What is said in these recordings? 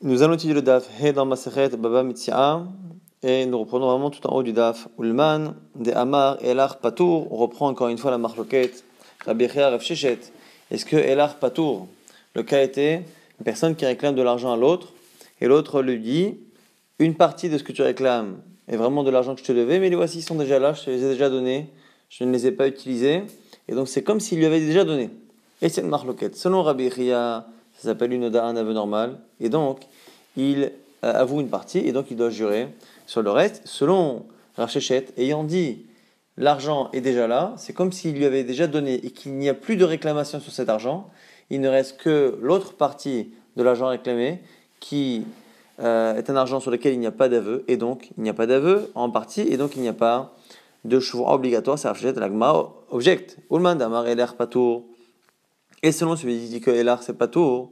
Nous allons étudier le daf He dans Masechet Baba Mitziah et nous reprenons vraiment tout en haut du daf Ulman de Amar Elach Patour. On reprend encore une fois la marloquette Rabbi Chia Rav Sheshet. Est-ce que Elach Patour, le cas était une personne qui réclame de l'argent à l'autre et l'autre lui dit une partie de ce que tu réclames est vraiment de l'argent que je te devais, mais les voici, ils sont déjà là, je te les ai déjà donnés, je ne les ai pas utilisés, et donc c'est comme s'il lui avait déjà donné. Et c'est une marloquette. Selon Rabbi Chia, ça s'appelle une oda, un aveu normal, et donc il avoue une partie, et donc il doit jurer sur le reste. Selon Rav Sheshet, ayant dit l'argent est déjà là, c'est comme s'il lui avait déjà donné et qu'il n'y a plus de réclamation sur cet argent, il ne reste que l'autre partie de l'argent réclamé qui est un argent sur lequel il n'y a pas d'aveu, et donc il n'y a pas d'aveu en partie, et donc il n'y a pas de choix obligatoire. C'est Rav Sheshet, l'agma objecte. Ulman damar eler patour. Et selon celui qui dit que elar c'est patour,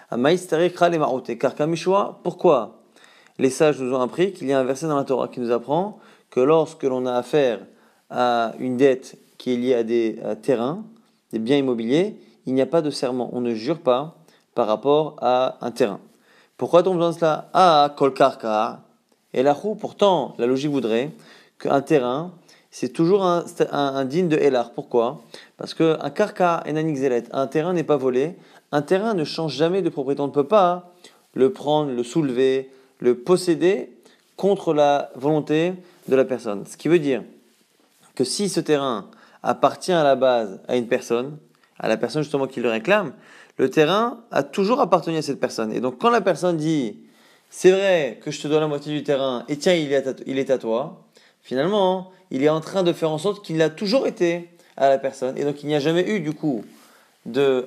car Kamishwa, pourquoi les sages nous ont appris qu'il y a un verset dans la Torah qui nous apprend que lorsque l'on a affaire à une dette qui est liée à des terrains, des biens immobiliers, il n'y a pas de serment, on ne jure pas par rapport à un terrain. Pourquoi a-t-on besoin de cela? Kol karka, et la roue, pourtant, la logique voudrait qu'un terrain, c'est toujours un digne de Elar. Pourquoi? Parce qu'un karka enanixelet, un terrain n'est pas volé, un terrain ne change jamais de propriété. On ne peut pas le prendre, le soulever, le posséder contre la volonté de la personne. Ce qui veut dire que si ce terrain appartient à la base à une personne, à la personne justement qui le réclame, le terrain a toujours appartenu à cette personne. Et donc quand la personne dit « c'est vrai que je te donne la moitié du terrain et tiens, il est à toi », finalement, il est en train de faire en sorte qu'il a toujours été à la personne. Et donc il n'y a jamais eu du coup de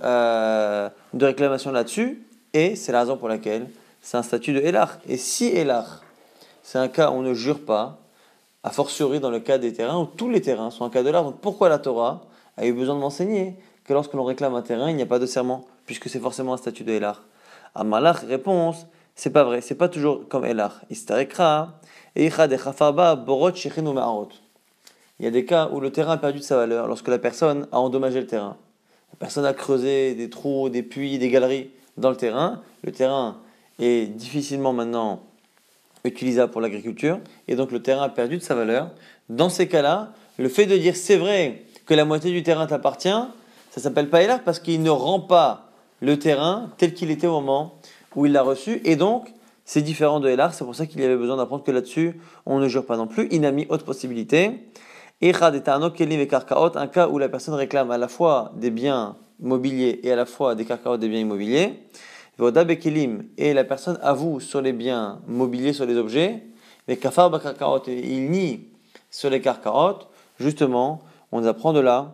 réclamation là-dessus. Et c'est la raison pour laquelle c'est un statut de Elach. Et si Elach, c'est un cas où on ne jure pas, a fortiori dans le cas des terrains, où tous les terrains sont un cas de l'art. Donc pourquoi la Torah a eu besoin de m'enseigner que lorsque l'on réclame un terrain, il n'y a pas de serment, puisque c'est forcément un statut de Elach? Amalach, réponse, c'est pas vrai, c'est pas toujours comme Elach. Istarekra, Eicha de Chafarba, Borot, Shechin ou Ma'arot. Il y a des cas où le terrain a perdu de sa valeur lorsque la personne a endommagé le terrain. La personne a creusé des trous, des puits, des galeries dans le terrain. Le terrain est difficilement maintenant utilisable pour l'agriculture et donc le terrain a perdu de sa valeur. Dans ces cas-là, le fait de dire c'est vrai que la moitié du terrain t'appartient, ça s'appelle pas Elach parce qu'il ne rend pas le terrain tel qu'il était au moment où il l'a reçu et donc c'est différent de Elach. C'est pour ça qu'il y avait besoin d'apprendre que là-dessus on ne jure pas non plus. Inami, autre possibilité. Echad et Ta'anot Kelim et Karkaot, un cas où la personne réclame à la fois des biens mobiliers et à la fois des Karkaot, des biens immobiliers. Voda Bekelim, et la personne avoue sur les biens mobiliers, sur les objets. Mais Kafar Bakarkaot, il nie sur les Karkaot. Justement, on apprend de là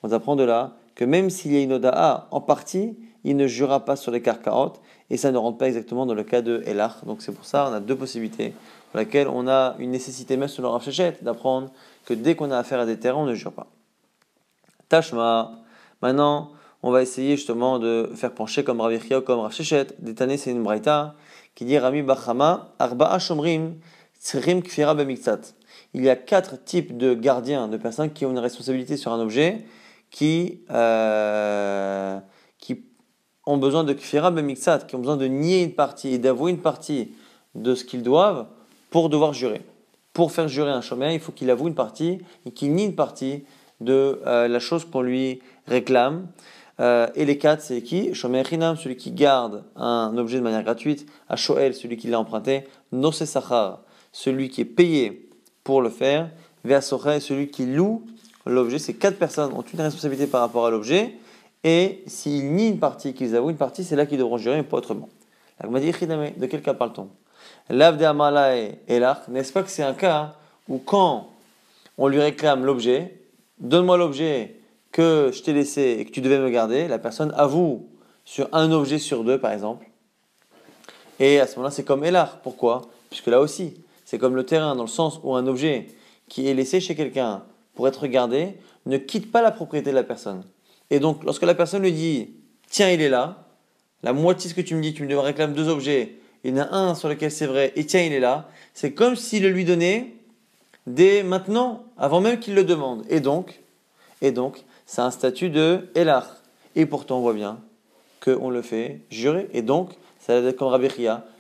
que même s'il y a une Oda'a en partie, il ne jurera pas sur les Karkaot. Et ça ne rentre pas exactement dans le cas de Elach. Donc c'est pour ça on a deux possibilités pour lesquelles on a une nécessité même sur le Rav Sheshet d'apprendre que dès qu'on a affaire à des terrains, on ne jure pas. Tashma. Maintenant, on va essayer justement de faire pencher comme Rabbi Chia ou comme Rav Sheshet. Détané, c'est une braïta qui dit Rami Bachama, Arba'a Shomrim, Tzrim Kfira Bemiktsat. Il y a 4 types de gardiens, de personnes qui ont une responsabilité sur un objet, qui ont besoin de Kfira Bemiktsat, qui ont besoin de nier une partie et d'avouer une partie de ce qu'ils doivent pour devoir jurer. Pour faire jurer un chômeur, il faut qu'il avoue une partie et qu'il nie une partie de la chose qu'on lui réclame. Et les 4, c'est qui? Shomer Chinam, celui qui garde un objet de manière gratuite. Ashoel, celui qui l'a emprunté. Nose Sachar, celui qui est payé pour le faire. Veasocher, celui qui loue l'objet. Ces 4 personnes ont une responsabilité par rapport à l'objet. Et s'ils nient une partie, qu'ils avouent une partie, c'est là qu'ils devront jurer, mais pas autrement. De quel cas parle-t-on? L'avde amalae elach, n'est-ce pas que c'est un cas où quand on lui réclame l'objet, donne-moi l'objet que je t'ai laissé et que tu devais me garder, la personne avoue sur un objet sur 2 par exemple, et à ce moment-là c'est comme elach. Pourquoi? Puisque là aussi, c'est comme le terrain dans le sens où un objet qui est laissé chez quelqu'un pour être gardé ne quitte pas la propriété de la personne. Et donc lorsque la personne lui dit tiens il est là, la moitié de ce que tu me dis, tu me réclames 2 objets, il y en a un sur lequel c'est vrai, et tiens, il est là. C'est comme s'il le lui donnait dès maintenant, avant même qu'il le demande. Et donc, c'est un statut de Elach. Et pourtant, on voit bien qu'on le fait jurer. Et donc, ça va être comme Rabbi Chia,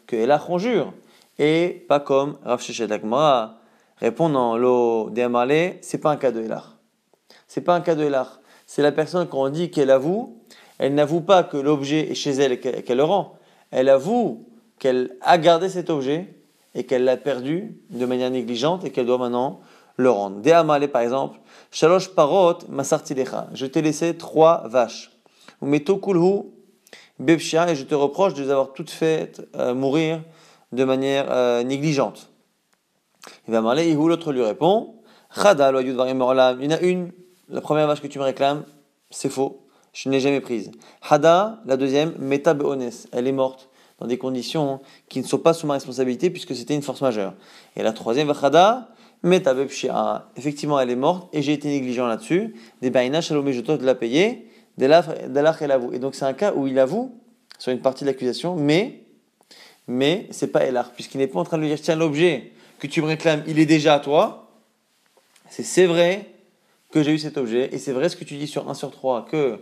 que Elach on jure, et pas comme Rav Sheshet. La Gemara répond non, lo de Amarle, c'est pas un cas de Elach. C'est pas un cas de Elach. C'est la personne quand on dit qu'elle avoue, elle n'avoue pas que l'objet est chez elle et qu'elle le rend. Elle avoue qu'elle a gardé cet objet et qu'elle l'a perdu de manière négligente et qu'elle doit maintenant le rendre. De Amarle par exemple, Shalosh parot masartilecha. Je t'ai laissé 3 vaches. Umeto kulhu bebshia, et je te reproche de les avoir toutes faites mourir de manière négligente. Il va parler, l'autre lui répond, Chada, il y en a une, la première vache que tu me réclames, c'est faux, je ne l'ai jamais prise. Hada, la deuxième, Meta beones, elle est morte dans des conditions qui ne sont pas sous ma responsabilité puisque c'était une force majeure. Et la troisième, Chada, Meta bebshia, effectivement elle est morte et j'ai été négligent là-dessus. Des baina shalomé, je dois te la payer. D'Alach elle avoue. Et donc c'est un cas où il avoue sur une partie de l'accusation, mais c'est pas Elach, puisqu'il n'est pas en train de lui dire tiens, l'objet que tu me réclames, il est déjà à toi. C'est vrai que j'ai eu cet objet, et c'est vrai ce que tu dis sur 1 sur 3 que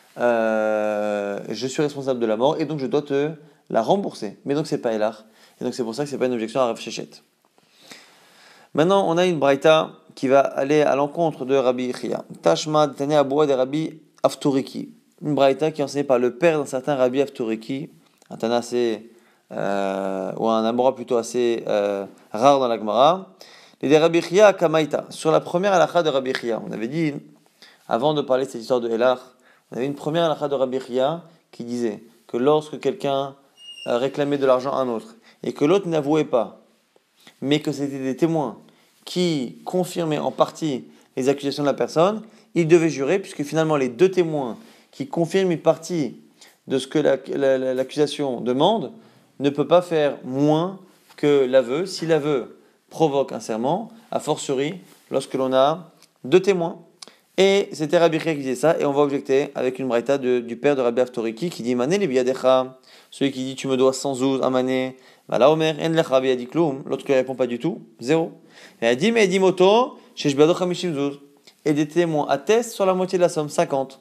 je suis responsable de la mort, et donc je dois te la rembourser. Mais donc c'est pas Elach, et donc c'est pour ça que c'est pas une objection à Rav Sheshet. Maintenant, on a une braïta qui va aller à l'encontre de Rabbi Chia. Tashma Tanya Aboua de Rabbi Afturiki. Une braïta qui est enseignée par le père d'un certain Rabbi Afturiki, un Tana assez, ou un Amora plutôt assez rare dans la Gemara. Les de Rabbi Chia Kamaita. Sur la première halakha de Rabbi Chia, on avait dit, avant de parler de cette histoire de Elach, on avait une première halakha de Rabbi Chia qui disait que lorsque quelqu'un réclamait de l'argent à un autre et que l'autre n'avouait pas, mais que c'était des témoins qui confirmaient en partie les accusations de la personne, il devait jurer, puisque finalement les 2 témoins qui confirment une partie de ce que l'accusation demande ne peut pas faire moins que l'aveu, si l'aveu provoque un serment, a fortiori lorsque l'on a 2 témoins. Et c'était Rabbi Chia qui disait ça, et on va objecter avec une braïta du père de Rabbi Aftoriki qui dit Mané les biyadecha, celui qui dit tu me dois 100 zouz, un mané, Vala Omer, en lecha biyadi kloum, l'autre qui répond pas du tout, 0. Et elle dit mais dit moto, chez Shbiado Chamishim zouz, et des témoins attestent sur la moitié de la somme, 50.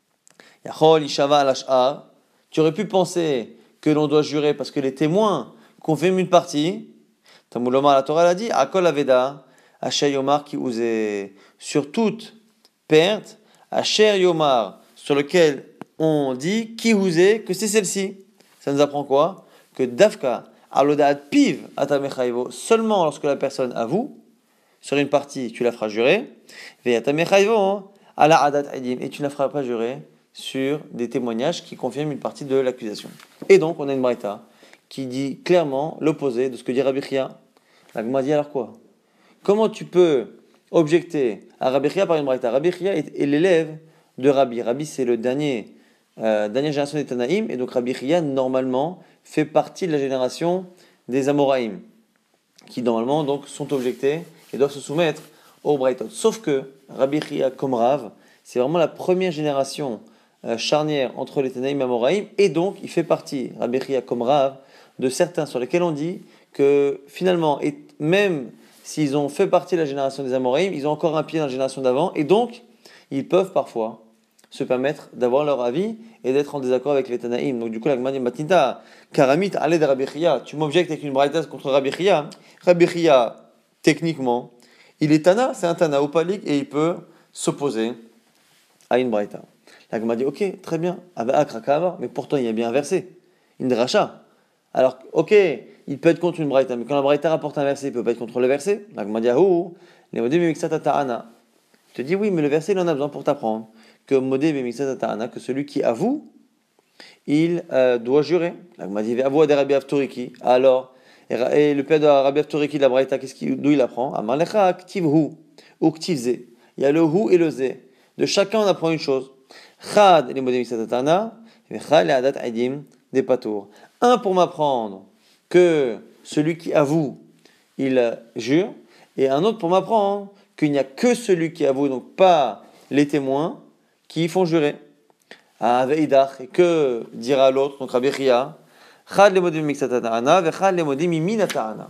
Yachol Ishava al-Ash'ar, tu aurais pu penser que l'on doit jurer parce que les témoins confirment une partie. Tamuloma la Torah l'a dit, Akol Aveda, Asher Yomar ki ouzé, sur toute perte, Asher Yomar, sur lequel on dit ki ouzé, que c'est celle-ci. Ça nous apprend quoi? Que Dafka, Alodaat Piv, Atamechaivo, seulement lorsque la personne avoue, sur une partie, tu la feras jurer, et Atamechaivo, Ala Adat Aidim, et tu ne la feras pas jurer sur des témoignages qui confirment une partie de l'accusation. Et donc, on a une braïta qui dit clairement l'opposé de ce que dit Rabbi Chia. La Gemara dit alors quoi? Comment tu peux objecter à Rabbi Chia par une braïta? Rabbi Chia est l'élève de Rabbi. Rabbi, c'est le dernière génération des Tanaïm, et donc Rabbi Chia, normalement, fait partie de la génération des Amoraïm, qui normalement donc sont objectés et doivent se soumettre au braïtot. Sauf que Rabbi Chia, comme Rav, c'est vraiment la première génération charnière entre les Tanaïm et Amoraïm, et donc il fait partie, Rabbi Chia comme Rav, de certains sur lesquels on dit que finalement, et même s'ils ont fait partie de la génération des Amoraïm, ils ont encore un pied dans la génération d'avant, et donc ils peuvent parfois se permettre d'avoir leur avis et d'être en désaccord avec les Tanaïm. Donc du coup, la Gemara dit Matinta, Karamit, allez de Rabbi Chia, tu m'objectes avec une braïta contre Rabbi Chia. Rabbi Chia, techniquement, il est Tana, c'est un Tana opalik, et il peut s'opposer à une braïta. La Gemara dit ok, très bien, mais pourtant il y a bien un verset, une dracha. Alors, ok, il peut être contre une braïta, mais quand la braïta rapporte un verset, il ne peut pas être contre le verset. La Gemara dit les modé b'mixat ta'ana. Je te dis oui, mais le verset, il en a besoin pour t'apprendre que modé b'mixat ta'ana, que celui qui avoue, il doit jurer. La Gemara dit avoue de Rabbi Aftoriki. Alors, et le père de Rabbi Aftoriki de la braïta, d'où il apprend? Amarlecha ktiv hu ou ktiv ze. Il y a le hu et le ze. De chacun, on apprend une chose. Chad les modé b'mixat ta'ana, et chad les adat aidim des patours. Un pour m'apprendre que celui qui avoue, il jure, et un autre pour m'apprendre qu'il n'y a que celui qui avoue, donc pas les témoins, qui font jurer. Et que dira l'autre, donc Rabbi Chia, Chad le modim mixatata'ana, ve chad le modim miminata'ana.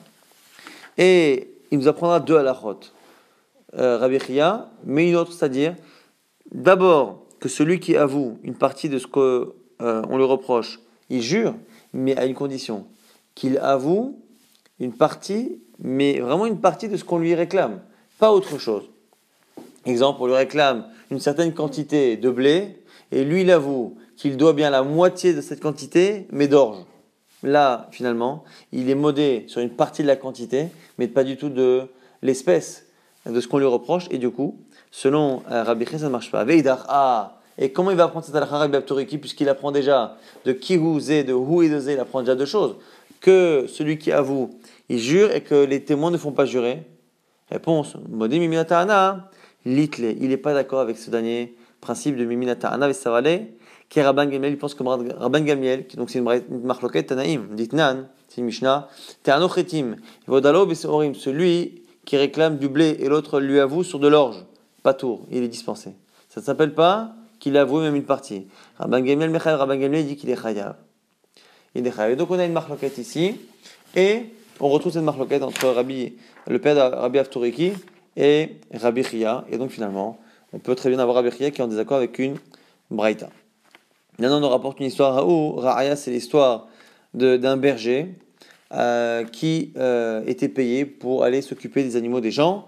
Et il nous apprendra 2 halachot. Rabbi Chia, mais une autre, c'est-à-dire, d'abord, que celui qui avoue une partie de ce qu'on lui reproche, il jure, mais à une condition, qu'il avoue une partie, mais vraiment une partie de ce qu'on lui réclame, pas autre chose. Exemple, on lui réclame une certaine quantité de blé, et lui, il avoue qu'il doit bien la moitié de cette quantité, mais d'orge. Là, finalement, il est modé sur une partie de la quantité, mais pas du tout de l'espèce de ce qu'on lui reproche, et du coup, selon Rabbi Chia, ça ne marche pas. Veidach, et comment il va apprendre cette halakha Rabbi Avtoriki, puisqu'il apprend déjà de kihu zé, de hu et de zé, il apprend déjà deux choses. Que celui qui avoue, il jure, et que les témoins ne font pas jurer. Réponse, Modi Mimina Ta'ana, Litle, il n'est pas d'accord avec ce dernier principe de Mimina Ta'ana, Vesavale, qui est Rabban Gamliel, il pense comme Rabban Gamliel, qui donc c'est une marloquette Tanaïm, Ditnan, c'est une Mishnah, Ta'ano Chetim, Vodalo Besorim, celui qui réclame du blé et l'autre lui avoue sur de l'orge, patour, il est dispensé. Ça ne s'appelle pas qu'il avoue même une partie. Rabban Gamliel, Mechaï, Rabban Gamliel dit qu'il est Chayav. Il est Chayav. Donc on a une marloquette ici, et on retrouve cette marloquette entre le père de Rabbi Avtoriki et Rabbi Chia. Et donc finalement, on peut très bien avoir Rabbi Chia qui est en désaccord avec une Braïta. Maintenant, on nous rapporte une histoire où Ra'aya, c'est l'histoire d'un berger qui était payé pour aller s'occuper des animaux des gens.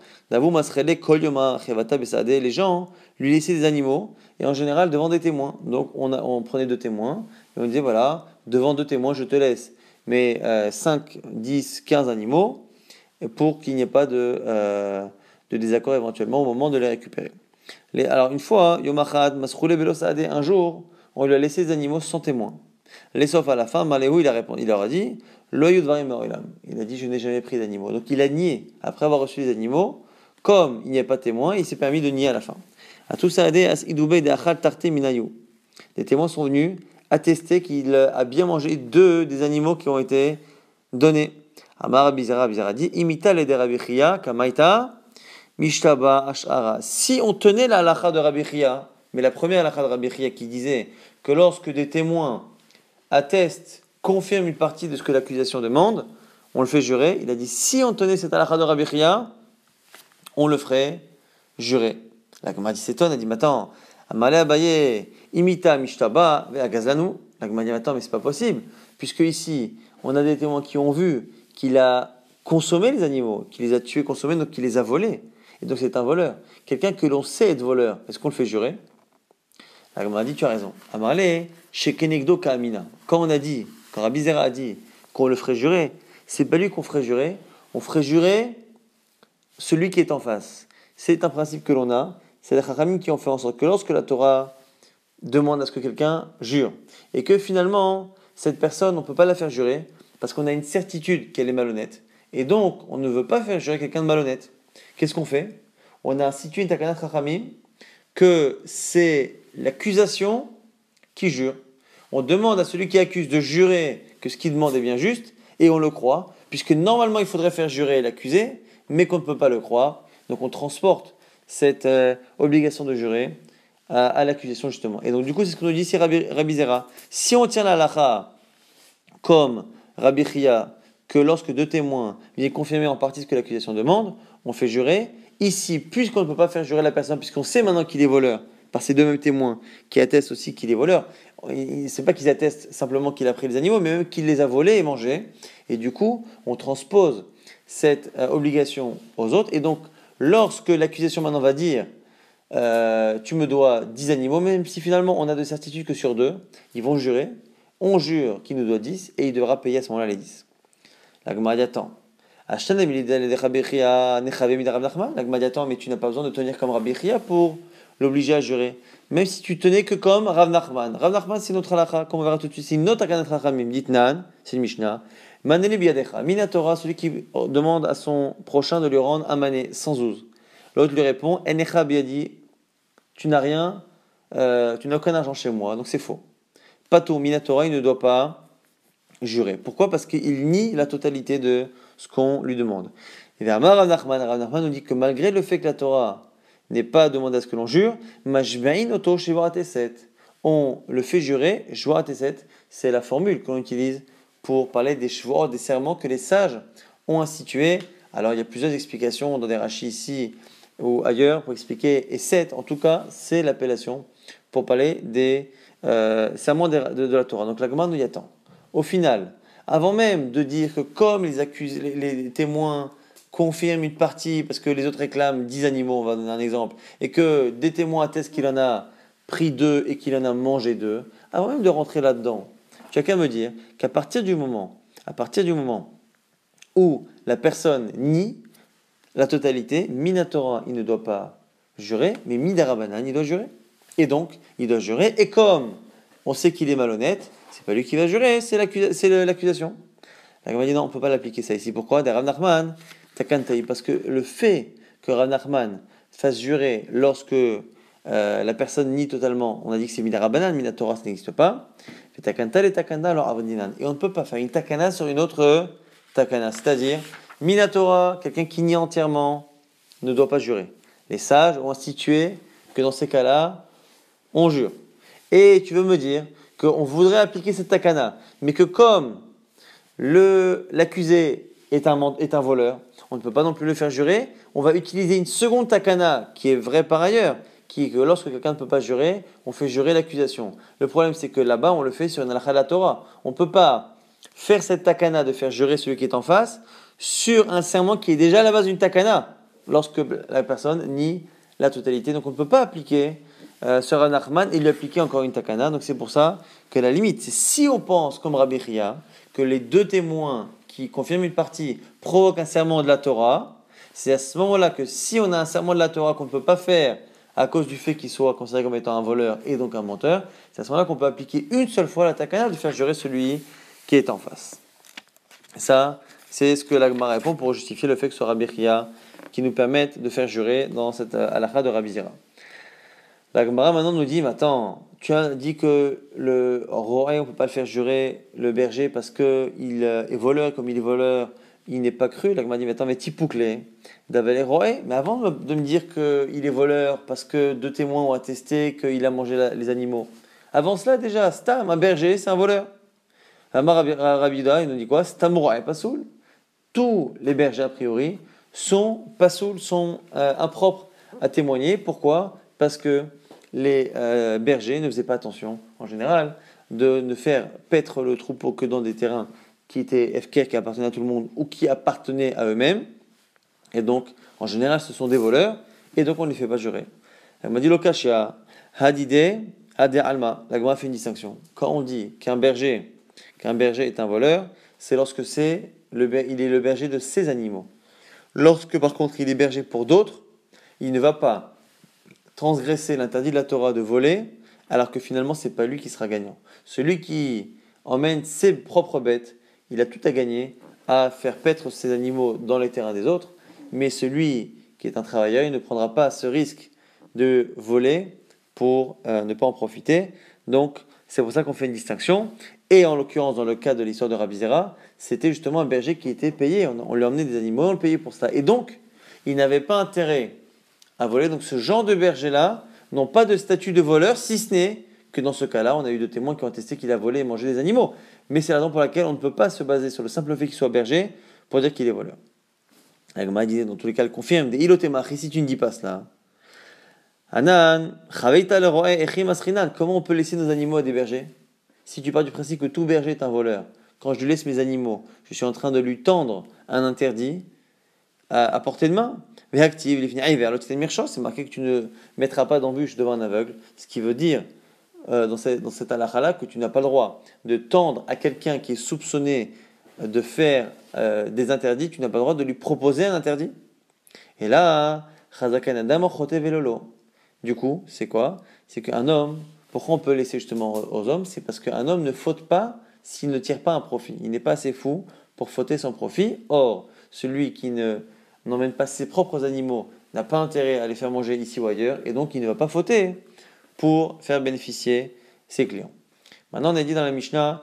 Les gens lui laissaient des animaux, et en général devant des témoins. Donc on prenait deux témoins, et on disait voilà, devant deux témoins, je te laisse mais 5, 10, 15 animaux, pour qu'il n'y ait pas de désaccord éventuellement au moment de les récupérer. Alors une fois, Yom Achad, Masroule Belo Saadé, un jour, on lui a laissé des animaux sans témoin. Les sauf à la fin, Maléou, il leur a dit, Lo Yudvarim Morilam. Il a dit, je n'ai jamais pris d'animaux. Donc il a nié, après avoir reçu les animaux, comme il n'y a pas de témoin, il s'est permis de nier à la fin. A tout Saadé, As Idoube de Achal Tarte Minayou. Les témoins sont venus attester qu'il a bien mangé des animaux qui ont été donnés. Amar Bizara dit, imita le de Rabbi Chia, kamaita, mishtaba ashara. Si on tenait la halakha de Rabbi Chia, mais la première halakha de Rabbi Chia qui disait que lorsque des témoins attestent, confirment une partie de ce que l'accusation demande, on le fait jurer. Il a dit, si on tenait cette halakha de Rabbi Chia, on le ferait jurer. La Gemara dit, s'étonne, elle dit, mais attends, Amalé Abaye, imita mishtaba, ve'agazlanu. La Gemara dit, attends, mais c'est pas possible, puisque ici, on a des témoins qui ont vu qu'il a consommé les animaux, qu'il les a tués, consommés, donc qu'il les a volés. Et donc c'est un voleur. Quelqu'un que l'on sait être voleur, est-ce qu'on le fait jurer? La Gemara dit, tu as raison. Amalé, shekenegdo ka'amina. Quand Rabbi Zera a dit qu'on le ferait jurer, c'est pas lui qu'on ferait jurer, on ferait jurer celui qui est en face. C'est un principe que l'on a, c'est les Chachamim qui ont fait en sorte que lorsque la Torah demande à ce que quelqu'un jure, et que finalement, cette personne, on ne peut pas la faire jurer, parce qu'on a une certitude qu'elle est malhonnête, et donc on ne veut pas faire jurer quelqu'un de malhonnête. Qu'est-ce qu'on fait? On a institué une takanat Chachamim, que c'est l'accusation qui jure. On demande à celui qui accuse de jurer que ce qu'il demande est bien juste, et on le croit, puisque normalement il faudrait faire jurer l'accusé, mais qu'on ne peut pas le croire, donc on transporte cette obligation de jurer à l'accusation justement. Et donc du coup c'est ce que nous dit ici Rabbi Zera. Si on tient la halakha comme Rabbi Chia, que lorsque deux témoins viennent confirmer en partie ce que l'accusation demande, on fait jurer. Ici, puisqu'on ne peut pas faire jurer la personne, puisqu'on sait maintenant qu'il est voleur, par ces deux mêmes témoins qui attestent aussi qu'il est voleur, c'est pas qu'ils attestent simplement qu'il a pris les animaux, mais même qu'il les a volés et mangés. Et du coup, on transpose cette obligation aux autres. Et donc, lorsque l'accusation maintenant va dire tu me dois 10 animaux, même si finalement on a de certitude que sur 2, ils vont jurer, on jure qu'il nous doit 10 et il devra payer à ce moment-là les 10. La Gemara dit attends. La Gemara dit attends, mais tu n'as pas besoin de tenir comme Rabbi Chia pour l'obliger à jurer. Même si tu tenais que comme Rav Nachman. Rav Nachman, c'est notre halakha, comme on verra tout de suite. C'est une autre Akanat Chachamim. Ditnan, c'est une Mishnah. Manele biyadecha. Minatora, celui qui demande à son prochain de lui rendre un mané sans ouz. L'autre lui répond Enecha biyadi. Tu n'as rien, tu n'as aucun argent chez moi, donc c'est faux. Pato Minatora, il ne doit pas jurer. Pourquoi? Parce qu'il nie la totalité de ce qu'on lui demande. Et vers Rav Nachman nous dit que malgré le fait que la Torah n'est pas demandé à ce que l'on jure, on le fait jurer, c'est la formule qu'on utilise pour parler des shvuot, des serments que les sages ont institués. Alors il y a plusieurs explications dans des rachis ici ou ailleurs pour expliquer, et 7 en tout cas, c'est l'appellation pour parler des serments de la Torah. Donc la Gemara nous y attend. Au final, avant même de dire que comme les témoins confirment une partie, parce que les autres réclament 10 animaux, on va donner un exemple, et que des témoins attestent qu'il en a pris 2 et qu'il en a mangé 2, avant même de rentrer là-dedans, tu as qu'à me dire qu'à partir du moment où la personne nie la totalité, Minatora, il ne doit pas jurer, mais Midarabanan, il doit jurer. Et donc, il doit jurer, et comme on sait qu'il est malhonnête, c'est pas lui qui va jurer, c'est l'accusation. La Gemara dit non, on ne peut pas l'appliquer ça ici. Pourquoi? Des Rav Nachman, Takantaï, parce que le fait que Rav Nachman fasse jurer lorsque la personne nie totalement, on a dit que c'est Midarabanan, Minatora, ça n'existe pas. Takanta et Takana, alors Avadinan. Et on ne peut pas faire une Takana sur une autre Takana, c'est-à-dire Minatora, quelqu'un qui nie entièrement, ne doit pas jurer. Les sages ont institué que dans ces cas-là, on jure. Et tu veux me dire qu'on voudrait appliquer cette takana, mais que comme l'accusé est un voleur, on ne peut pas non plus le faire jurer, on va utiliser une seconde takana, qui est vraie par ailleurs, qui est que lorsque quelqu'un ne peut pas jurer, on fait jurer l'accusation. Le problème, c'est que là-bas, on le fait sur une halakha de la Torah. On ne peut pas faire cette takana de faire jurer celui qui est en face sur un serment qui est déjà à la base d'une takana, lorsque la personne nie la totalité. Donc on ne peut pas appliquer sur Rav Nachman et lui appliquer encore une takana. Donc c'est pour ça que la limite, c'est si on pense comme Rabbi Chia, que les deux témoins qui confirment une partie provoquent un serment de la Torah, c'est à ce moment-là que si on a un serment de la Torah qu'on ne peut pas faire à cause du fait qu'il soit considéré comme étant un voleur et donc un menteur, c'est à ce moment-là qu'on peut appliquer une seule fois la takana de faire jurer celui qui est en face. Ça, c'est ce que l'Agma répond pour justifier le fait que ce soit Rabbi Chia qui nous permette de faire jurer dans cette halakha de Rabbi Zira. L'Agma maintenant nous dit, mais attends, tu as dit que le roi, on ne peut pas le faire jurer, le berger, parce qu'il est voleur, comme il est voleur, il n'est pas cru. L'Agma dit, mais attends, mais tipouclé, d'avaler roi, mais avant de me dire qu'il est voleur, parce que deux témoins ont attesté qu'il a mangé les animaux, avant cela déjà, Stam, un berger, c'est un voleur. Rabida, il nous dit quoi? Stamura et Pasoul. Tous les bergers, a priori, sont Pasoul, sont impropres à témoigner. Pourquoi? Parce que les bergers ne faisaient pas attention, en général, de ne faire paître le troupeau que dans des terrains qui étaient FKR, qui appartenaient à tout le monde, ou qui appartenaient à eux-mêmes. Et donc, en général, ce sont des voleurs, et donc on ne les fait pas jurer. Elle m'a dit, Lokashia, Hadide, Ade Alma. La Gemara fait une distinction. Quand on dit qu'un berger est un voleur, c'est lorsque il est le berger de ses animaux. Lorsque par contre il est berger pour d'autres, il ne va pas transgresser l'interdit de la Torah de voler, alors que finalement c'est pas lui qui sera gagnant. Celui qui emmène ses propres bêtes, il a tout à gagner à faire paître ses animaux dans les terrains des autres, mais celui qui est un travailleur, il ne prendra pas ce risque de voler pour ne pas en profiter. Donc c'est pour ça qu'on fait une distinction. Et en l'occurrence, dans le cas de l'histoire de Rabbi Zera, c'était justement un berger qui était payé. On lui emmenait des animaux, on le payait pour cela. Et donc, il n'avait pas intérêt à voler. Donc, ce genre de berger-là n'ont pas de statut de voleur, si ce n'est que dans ce cas-là, on a eu deux témoins qui ont attesté qu'il a volé et mangé des animaux. Mais c'est la raison pour laquelle on ne peut pas se baser sur le simple fait qu'il soit berger pour dire qu'il est voleur. Agma disait, dans tous les cas, elle confirme. Des ilotemach, si tu ne dis pas cela. Anan, comment on peut laisser nos animaux à des bergers? Si tu pars du principe que tout berger est un voleur, quand je lui laisse mes animaux, je suis en train de lui tendre un interdit à portée de main. Active, il est fini. C'est marqué que tu ne mettras pas d'embûche devant un aveugle, ce qui veut dire dans cette halakha-là que tu n'as pas le droit de tendre à quelqu'un qui est soupçonné de faire des interdits, tu n'as pas le droit de lui proposer un interdit. Et là, du coup, c'est quoi? C'est qu'un homme, pourquoi on peut laisser justement aux hommes? C'est parce qu'un homme ne faute pas s'il ne tire pas un profit. Il n'est pas assez fou pour fauter son profit. Or, celui qui n'emmène pas ses propres animaux n'a pas intérêt à les faire manger ici ou ailleurs, et donc il ne va pas fauter pour faire bénéficier ses clients. Maintenant, on a dit dans la Mishnah,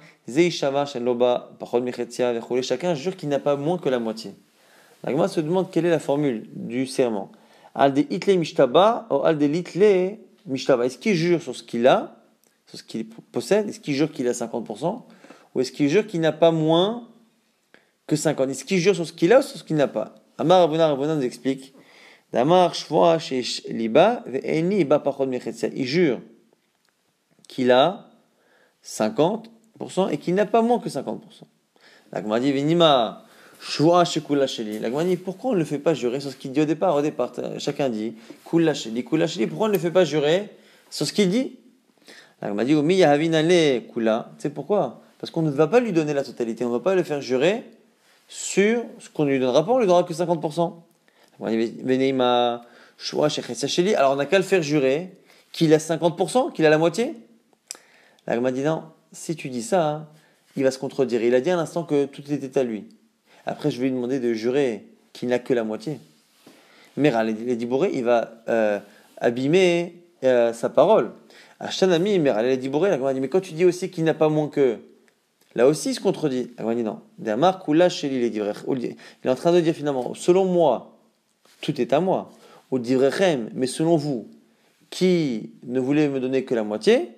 chacun jure qu'il n'a pas moins que la moitié. La Gemara se demande quelle est la formule du serment. Al de itle mishtaba ou al de litle mishtaba. Est-ce qu'il jure sur ce qu'il a, sur ce qu'il possède? Est-ce qu'il jure qu'il a 50%? Ou est-ce qu'il jure qu'il n'a pas moins que 50%? Est-ce qu'il jure sur ce qu'il a ou sur ce qu'il n'a pas? Amar Rabuna nous explique. Damar shvoa shesh liba ve'eni ba pachod mechetzia. Il jure qu'il a 50% et qu'il n'a pas moins que 50%. La Gemara dit Venima, Shua Shekula Sheli. La Gemara dit pourquoi on ne le fait pas jurer sur ce qu'il dit au départ? Au départ, chacun dit Kula Sheli, Kula Sheli. Pourquoi on ne le fait pas jurer sur ce qu'il dit? La Gemara dit Omi Yahavinale Kula. Tu sais pourquoi? Parce qu'on ne va pas lui donner la totalité, on ne va pas le faire jurer sur ce qu'on ne lui donnera pas, on ne lui donnera que 50%. La Gemara dit Venima, Shua Shekhetsa Sheli. Alors on n'a qu'à le faire jurer qu'il a 50%, qu'il a la moitié. La Gemara dit non, si tu dis ça, hein, il va se contredire. Il a dit à l'instant que tout était à lui. Après, je vais lui demander de jurer qu'il n'a que la moitié. Mais les dibouré, il va abîmer sa parole. Hachanami, mais les dibouré, la Gemara dit mais quand tu dis aussi qu'il n'a pas moins que, là aussi il se contredit. La Gemara dit non. Damar kula sheli les divrei. Il est en train de dire finalement, selon moi, tout est à moi. Ou divrechem, mais selon vous, qui ne voulait me donner que la moitié,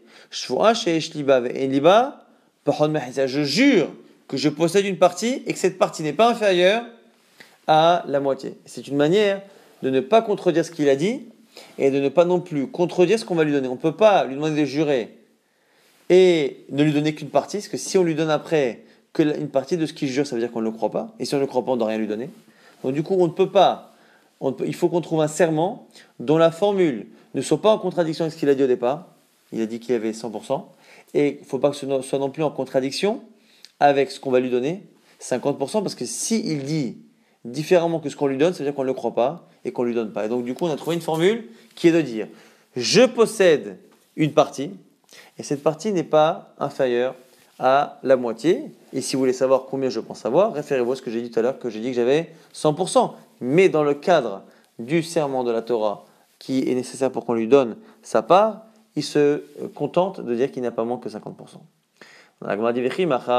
je jure que je possède une partie et que cette partie n'est pas inférieure à la moitié. C'est une manière de ne pas contredire ce qu'il a dit et de ne pas non plus contredire ce qu'on va lui donner. On ne peut pas lui demander de jurer et ne lui donner qu'une partie, parce que si on lui donne après une partie de ce qu'il jure, ça veut dire qu'on ne le croit pas. Et si on ne le croit pas, on ne doit rien lui donner. Donc du coup, on ne peut pas. Il faut qu'on trouve un serment dont la formule ne soit pas en contradiction avec ce qu'il a dit au départ. Il a dit qu'il y avait 100%. Et il ne faut pas que ce soit non plus en contradiction avec ce qu'on va lui donner, 50%, parce que s'il dit différemment que ce qu'on lui donne, ça veut dire qu'on ne le croit pas et qu'on ne lui donne pas. Et donc du coup, on a trouvé une formule qui est de dire « Je possède une partie, et cette partie n'est pas inférieure à la moitié. Et si vous voulez savoir combien je pense avoir, référez-vous à ce que j'ai dit tout à l'heure, que j'ai dit que j'avais 100%. Mais dans le cadre du serment de la Torah, qui est nécessaire pour qu'on lui donne sa part, il se contente de dire qu'il n'a pas moins que 50%. La Gemara dit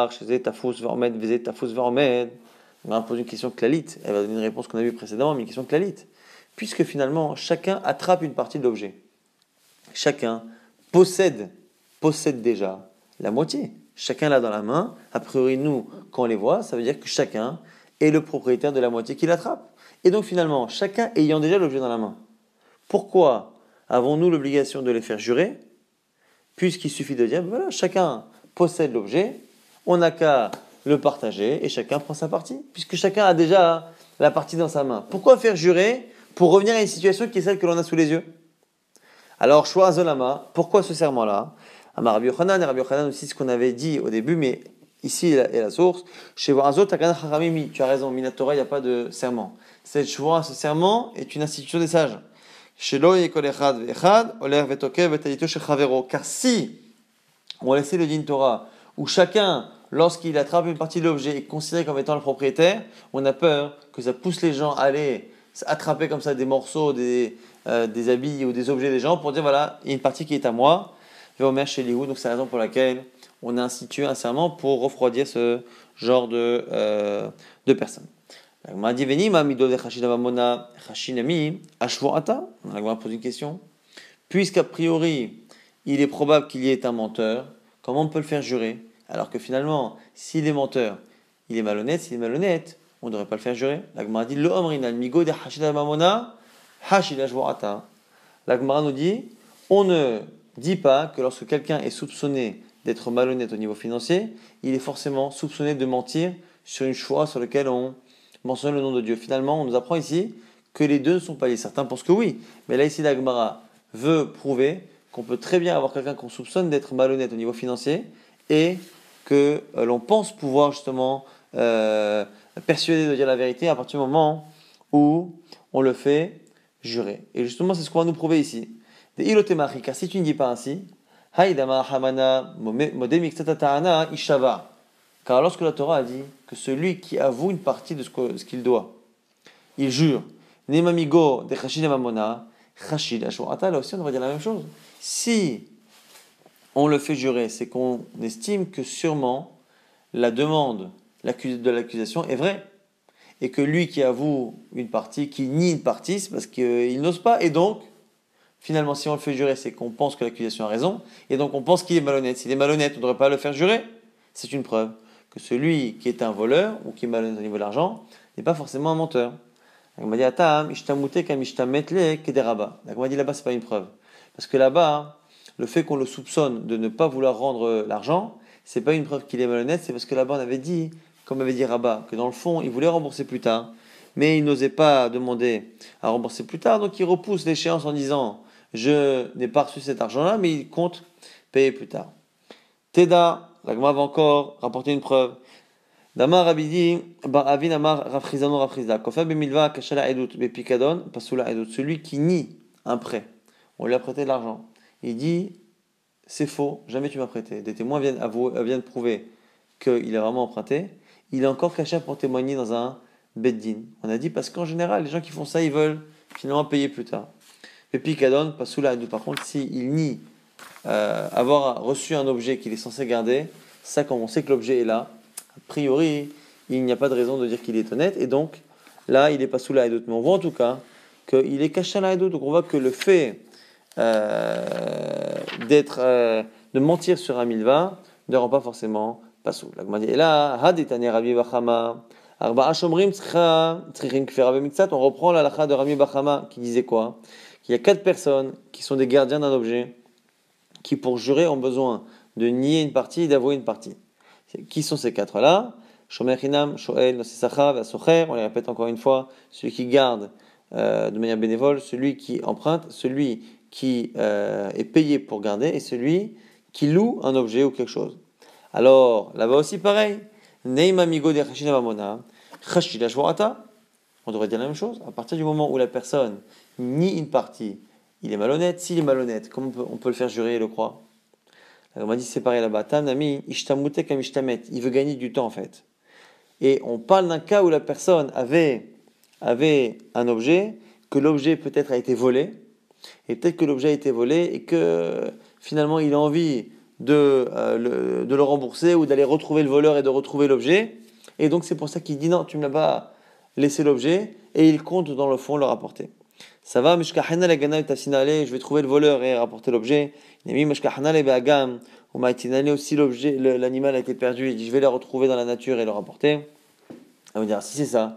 on va poser une question clalite. Elle va donner une réponse qu'on a vue précédemment, mais une question clalite. Puisque finalement, chacun attrape une partie de l'objet. Chacun possède déjà la moitié. Chacun l'a dans la main. A priori, nous, quand on les voit, ça veut dire que chacun est le propriétaire de la moitié qu'il attrape. Et donc finalement, chacun ayant déjà l'objet dans la main. Pourquoi avons-nous l'obligation de les faire jurer? Puisqu'il suffit de dire, voilà, chacun possède l'objet, on n'a qu'à le partager et chacun prend sa partie. Puisque chacun a déjà la partie dans sa main. Pourquoi faire jurer pour revenir à une situation qui est celle que l'on a sous les yeux? Alors, Shua Zolama, pourquoi ce serment-là? Amar Rabbi Yochanan, et Rabbi Yochanan aussi ce qu'on avait dit au début, mais ici est la sourse. Chez Varazot, tu as raison, Minatora, il n'y a pas de serment. Cette Shua, ce serment, est une institution des sages. Car si on laissait le din Torah, où chacun, lorsqu'il attrape une partie de l'objet, est considéré comme étant le propriétaire, on a peur que ça pousse les gens à aller attraper comme ça des morceaux, des habits ou des objets des gens pour dire voilà, il y a une partie qui est à moi. Donc c'est la raison pour laquelle on a institué un serment pour refroidir ce genre de personnes. La Gemara dit pose une question. Puisqu'a priori, il est probable qu'il y ait un menteur, comment on peut le faire jurer? Alors que finalement, s'il est menteur, il est malhonnête. S'il est malhonnête, on ne devrait pas le faire jurer. La Gemara dit Lo amrinal migo de hashida mamona hashida shvuata. La Gemara nous dit on ne dit pas que lorsque quelqu'un est soupçonné d'être malhonnête au niveau financier, il est forcément soupçonné de mentir sur une choix sur laquelle on mentionne le nom de Dieu. Finalement, on nous apprend ici que les deux ne sont pas liés. Certains pensent que oui, mais là ici la Gemara veut prouver qu'on peut très bien avoir quelqu'un qu'on soupçonne d'être malhonnête au niveau financier et que l'on pense pouvoir justement persuader de dire la vérité à partir du moment où on le fait jurer. Et justement, c'est ce qu'on va nous prouver ici. Car si tu ne dis pas ainsi, car lorsque la Torah a dit que celui qui avoue une partie de ce qu'il doit, il jure, Nemamigo de Chashid Mamona, Chashid Ashurata, là aussi on devrait dire la même chose. Si on le fait jurer, c'est qu'on estime que sûrement la demande de l'accusation est vraie. Et que lui qui avoue une partie, qui nie une partie, c'est parce qu'il n'ose pas. Et donc, finalement, si on le fait jurer, c'est qu'on pense que l'accusation a raison. Et donc, on pense qu'il est malhonnête. S'il est malhonnête, on ne devrait pas le faire jurer. C'est une preuve que celui qui est un voleur ou qui est malhonnête au niveau de l'argent n'est pas forcément un menteur. On m'a dit, Atam, ishtamute kam ishtametle kederaba. On m'a dit, là-bas, c'est pas une preuve. Parce que là-bas, le fait qu'on le soupçonne de ne pas vouloir rendre l'argent, c'est pas une preuve qu'il est malhonnête, c'est parce que là-bas, on avait dit comme avait dit Rabat, que dans le fond, il voulait rembourser plus tard, mais il n'osait pas demander à rembourser plus tard, donc il repousse l'échéance en disant je n'ai pas reçu cet argent-là, mais il compte payer plus tard. Teda, la Gemara va encore rapporter une preuve. Damar Rabidi, Avin Amar Rafrizano Rafrizda. Kofa Bemilva Kashala Edut Bepikadon, Pasula Edut. Celui qui nie un prêt, on lui a prêté de l'argent. Il dit c'est faux, jamais tu m'as prêté. Des témoins viennent prouver qu'il a vraiment emprunté. Il est encore caché pour témoigner dans un beddin. On a dit parce qu'en général, les gens qui font ça, ils veulent finalement payer plus tard. Bepikadon, Pasula Edut. Par contre, s'il nie avoir reçu un objet qu'il est censé garder, ça, comme on sait que l'objet est là, a priori, il n'y a pas de raison de dire qu'il est honnête, et donc là, il n'est pas sous la hadout. Mais on voit en tout cas qu'il est caché à la hadout. Donc on voit que le fait de mentir sur un milva ne rend pas forcément pas sous. Et là, haditane Rabbi Bachama, arba'a shomrim tzrichim kfera b'mitzat. On reprend la lacha de Rabbi Bachama qui disait quoi? Qu'il y a 4 personnes qui sont des gardiens d'un objet, qui pour jurer ont besoin de nier une partie et d'avouer une partie. Qui sont ces 4-là? Shomer Chinam, Shoel, Nosissacha, Vasocher, on les répète encore une fois, celui qui garde de manière bénévole, celui qui emprunte, celui qui est payé pour garder et celui qui loue un objet ou quelque chose. Alors, là-bas aussi pareil, Neima Migo de Chashina Mamona, Chashila Shvorata, on devrait dire la même chose. À partir du moment où la personne nie une partie, il est malhonnête. S'il est malhonnête, comment on peut le faire jurer et le croire? On m'a dit c'est pareil là-bas. Tanami, ishtamute kam ishtamet. Il veut gagner du temps en fait. Et on parle d'un cas où la personne avait un objet, que l'objet peut-être a été volé, et peut-être que l'objet a été volé et que finalement il a envie de le rembourser ou d'aller retrouver le voleur et de retrouver l'objet. Et donc c'est pour ça qu'il dit non, tu ne m'as pas laissé l'objet, et il compte dans le fond le rapporter. Ça va, je vais trouver le voleur et rapporter l'objet. Aussi l'objet, l'animal a été perdu, il dit je vais le retrouver dans la nature et le rapporter. On va dire si c'est ça.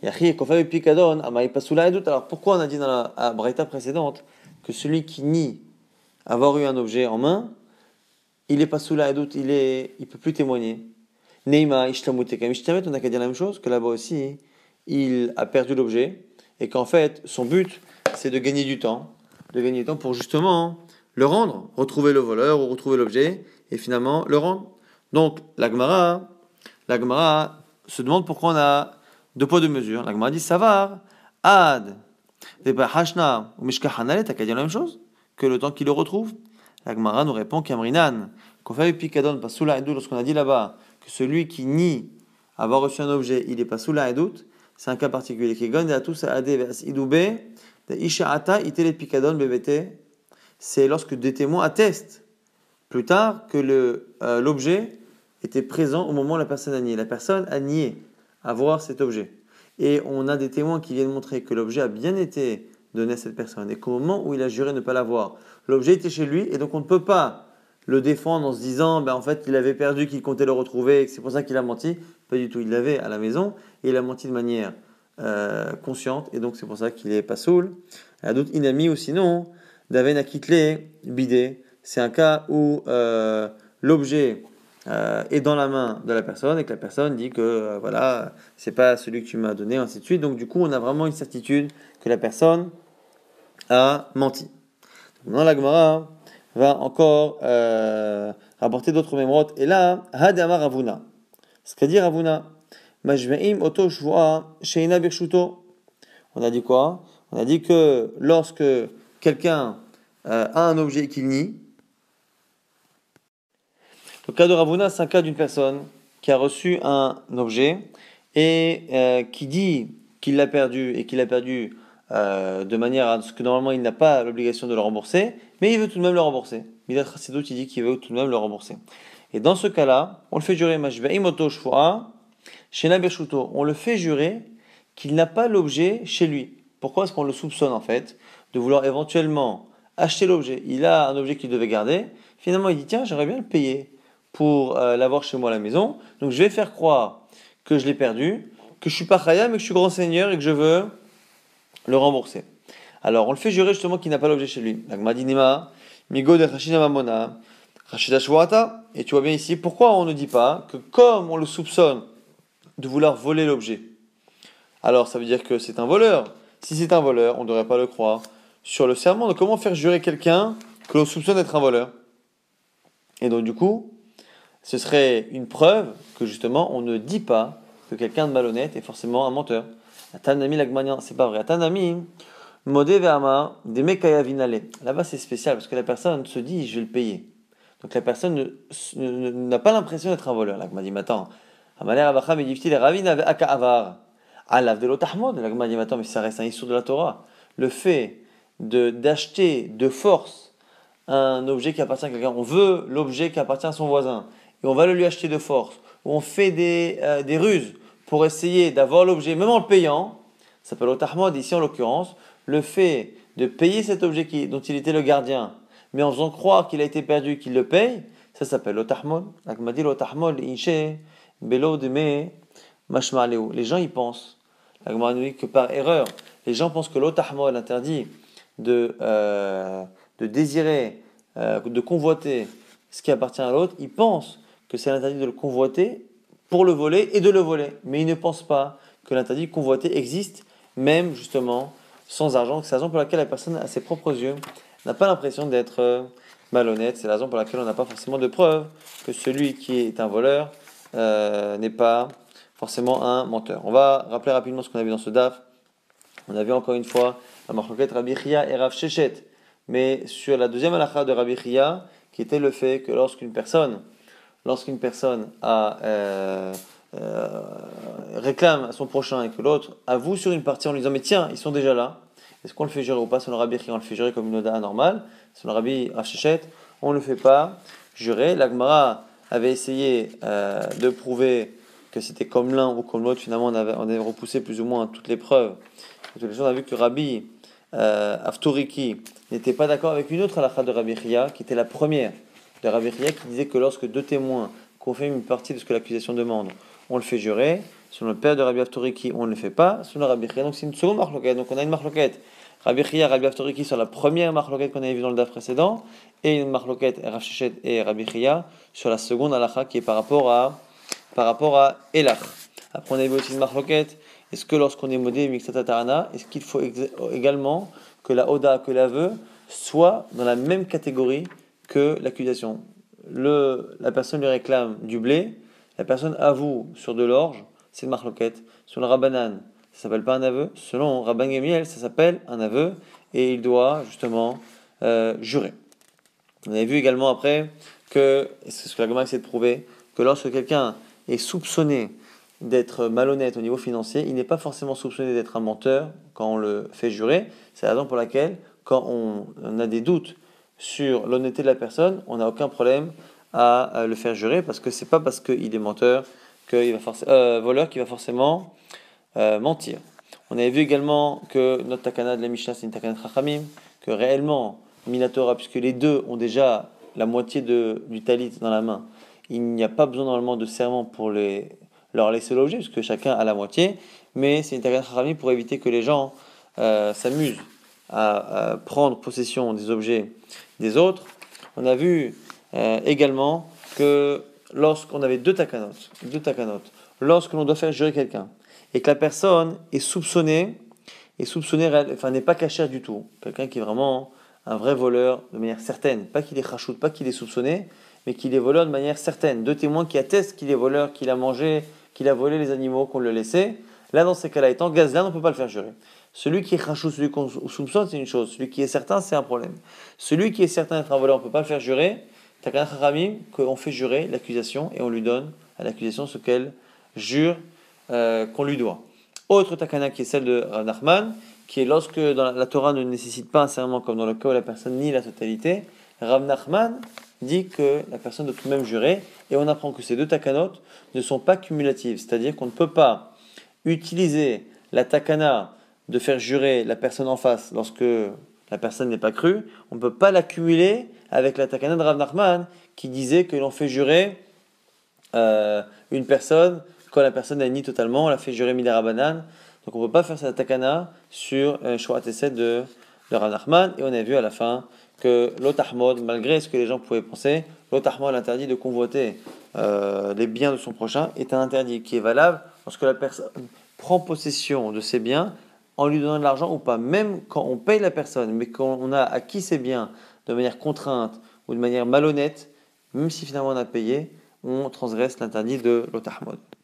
Alors pourquoi on a dit dans la braïta précédente que celui qui nie avoir eu un objet en main, il est pas sous la doute, il peut plus témoigner. Neima ishtamute kam ishtamet, on a qu'à dire la même chose que là-bas aussi, il a perdu l'objet et qu'en fait son but c'est de gagner du temps pour justement le rendre, retrouver le voleur ou retrouver l'objet et finalement le rendre. Donc la Gemara se demande pourquoi on a 2 poids 2 mesures. La Gemara dit savar ad hashna ou mishkahanale, t'as qu'à dire la même chose que le temps qu'il le retrouve. La Gemara nous répond qu'amrinan qu'on fait pikadon pas sous la doute lorsqu'on a dit là-bas que celui qui nie avoir reçu un objet il est pas sous la doute, c'est un cas particulier qui gagne à tous à ade idoube Ishaata itele pikadon bbt, c'est lorsque des témoins attestent plus tard que l'objet était présent au moment où la personne a nié. La personne a nié avoir cet objet. Et on a des témoins qui viennent montrer que l'objet a bien été donné à cette personne et qu'au moment où il a juré ne pas l'avoir, l'objet était chez lui et donc on ne peut pas le défendre en se disant en fait il avait perdu, qu'il comptait le retrouver et que c'est pour ça qu'il a menti. Pas du tout, il l'avait à la maison et il a menti de manière consciente et donc c'est pour ça qu'il est pas soul. La doute inami ou sinon d'aven akitle bidé, c'est un cas où l'objet est dans la main de la personne et que la personne dit que voilà c'est pas celui que tu m'as donné, ainsi de suite. Donc du coup on a vraiment une certitude que la personne a menti. Maintenant la Gemara va encore rapporter d'autres mémoires et là hadamar Ravuna, ce qu'a dit Ravuna. On a dit quoi? On a dit que lorsque quelqu'un a un objet qu'il nie, le cas de Ravuna, c'est un cas d'une personne qui a reçu un objet et qui dit qu'il l'a perdu et qu'il l'a perdu de manière à ce que normalement il n'a pas l'obligation de le rembourser, mais il veut tout de même le rembourser. Midat Chassidut, il dit qu'il veut tout de même le rembourser. Et dans ce cas-là, on le fait jurer on le fait jurer qu'il n'a pas l'objet chez lui. Pourquoi est-ce qu'on le soupçonne en fait de vouloir éventuellement acheter l'objet? Il a un objet qu'il devait garder. Finalement, il dit tiens, j'aimerais bien le payer pour l'avoir chez moi à la maison. Donc je vais faire croire que je l'ai perdu, que je suis pas khayam mais que je suis grand seigneur et que je veux le rembourser. Alors on le fait jurer justement qu'il n'a pas l'objet chez lui. Migo de Chashina Mamona, Rachida Shwata. Et tu vois bien ici, pourquoi on ne dit pas que comme on le soupçonne de vouloir voler l'objet. Alors ça veut dire que c'est un voleur. Si c'est un voleur, on ne devrait pas le croire. Sur le serment de comment faire jurer quelqu'un que l'on soupçonne d'être un voleur. Et donc du coup, ce serait une preuve que justement on ne dit pas que quelqu'un de malhonnête est forcément un menteur. Atanami lagmanian, c'est pas vrai. Atanami, modé ve'ama, demekaya vinale. Là-bas c'est spécial parce que la personne se dit je vais le payer. Donc la personne n'a pas l'impression d'être un voleur. L'agma dit mais attends, Amaler Abacha Medifti les Ravina Aka Avar. Alav de l'Otahmod. L'agma dit mais attends, mais ça reste un issue de la Torah. Le fait d'acheter de force un objet qui appartient à quelqu'un, on veut l'objet qui appartient à son voisin, et on va le lui acheter de force, ou on fait des ruses pour essayer d'avoir l'objet, même en le payant, ça s'appelle Otahmod, ici en l'occurrence, le fait de payer cet objet dont il était le gardien, mais en faisant croire qu'il a été perdu, qu'il le paye, ça s'appelle l'Otahmod. L'Agmadi l'Otahmod, Inche, Belo Deme, Mashma'aleu. Les gens y pensent. L'Agmadi dit que par erreur, les gens pensent que l'Otahmod interdit de désirer, de convoiter ce qui appartient à l'autre. Ils pensent que c'est l'interdit de le convoiter pour le voler et de le voler. Mais ils ne pensent pas que l'interdit de convoiter existe, même justement sans argent. C'est la raison pour laquelle la personne, à ses propres yeux, n'a pas l'impression d'être malhonnête. C'est la raison pour laquelle on n'a pas forcément de preuve que celui qui est un voleur n'est pas forcément un menteur. On va rappeler rapidement ce qu'on a vu dans ce DAF. On a vu encore une fois la marloquette Rabbi Chia et Rav Shechet. Mais sur la deuxième halakha de Rabbi Chia, qui était le fait que lorsqu'une personne réclame à son prochain et que l'autre avoue sur une partie en lui disant mais tiens, ils sont déjà là, est-ce qu'on le fait jurer ou pas? Selon Rabbi Chia, on le fait jurer comme une oda anormale. Selon Rabbi Rav Shechet, on ne le fait pas jurer. La Gemara avait essayé de prouver que c'était comme l'un ou comme l'autre. Finalement, on avait repoussé plus ou moins toutes les preuves. On a vu que Rabbi Aftoriki n'était pas d'accord avec une autre halakha de Rabbi Chia, qui était la première de Rabbi Chia, qui disait que lorsque deux témoins confirment une partie de ce que l'accusation demande, on le fait jurer. Selon le père de Rabbi Aftoriki, on ne le fait pas. Selon Rabbi Chia, donc c'est une seconde marloquette. Donc on a une marloquette Rabbi Chia, Rabbi Aftoriki sur la première marloquette qu'on avait vue dans le DAF précédent, et une marloquette Rav Shechet et Rabbi Chia sur la seconde halakha qui est par rapport à Elach. Après on a vu aussi une marloquette. Est-ce que lorsqu'on est modé mixata tarana, est-ce qu'il faut également que la oda, que l'aveu, soit dans la même catégorie que l'accusation? La personne lui réclame du blé, la personne avoue sur de l'orge, c'est une marloquette. Selon le Rabbanan, ça s'appelle pas un aveu. Selon Rabban Gemiel, ça s'appelle un aveu et il doit justement jurer. On avait vu également après que, c'est ce que la Gemara essaie de prouver, que lorsque quelqu'un est soupçonné d'être malhonnête au niveau financier, il n'est pas forcément soupçonné d'être un menteur quand on le fait jurer. C'est la raison pour laquelle, quand on a des doutes sur l'honnêteté de la personne, on n'a aucun problème à le faire jurer, parce que c'est pas parce qu'il est voleur qu'il va forcément mentir. On avait vu également que notre takana de la Mishnah, c'est une takana de Chachamim, que réellement, Minatora, puisque les deux ont déjà la moitié du talit dans la main, il n'y a pas besoin normalement de serment pour leur laisser l'objet, puisque chacun a la moitié, mais c'est une takana de Chachamim pour éviter que les gens s'amusent à prendre possession des objets des autres. On a vu également que lorsqu'on avait deux takanot, lorsque l'on doit faire jurer quelqu'un, et que la personne est soupçonnée, n'est pas cachère du tout, quelqu'un qui est vraiment un vrai voleur de manière certaine, pas qu'il est chachout, pas qu'il est soupçonné, mais qu'il est voleur de manière certaine, deux témoins qui attestent qu'il est voleur, qu'il a mangé, qu'il a volé les animaux qu'on le laissait. Là, dans ces cas-là, étant gazlan, on ne peut pas le faire jurer. Celui qui est chachout, celui qu'on soupçonne, c'est une chose. Celui qui est certain, c'est un problème. Celui qui est certain d'être un voleur, on ne peut pas le faire jurer. Takana Chachamim, qu'on fait jurer l'accusation et on lui donne à l'accusation ce qu'elle jure qu'on lui doit. Autre takana qui est celle de Rav Nachman, qui est lorsque dans la Torah ne nécessite pas un serment, comme dans le cas où la personne nie la totalité, Rav Nachman dit que la personne doit tout de même jurer, et on apprend que ces deux takanot ne sont pas cumulatives, c'est-à-dire qu'on ne peut pas utiliser la takana de faire jurer la personne en face lorsque la personne n'est pas crue, on ne peut pas l'accumuler avec la takana de Rav Nachman qui disait que l'on fait jurer une personne quand la personne a nié totalement, on la fait jurer Midera Banan. Donc on ne peut pas faire cette takana sur Shorat Esed de Rav Nachman. Et on a vu à la fin que l'Otahmod, malgré ce que les gens pouvaient penser, l'Otahmod, l'interdit de convoiter les biens de son prochain, est un interdit qui est valable lorsque la personne prend possession de ses biens en lui donnant de l'argent ou pas, même quand on paye la personne, mais quand on a acquis ses biens de manière contrainte ou de manière malhonnête, même si finalement on a payé, on transgresse l'interdit de l'otahmod.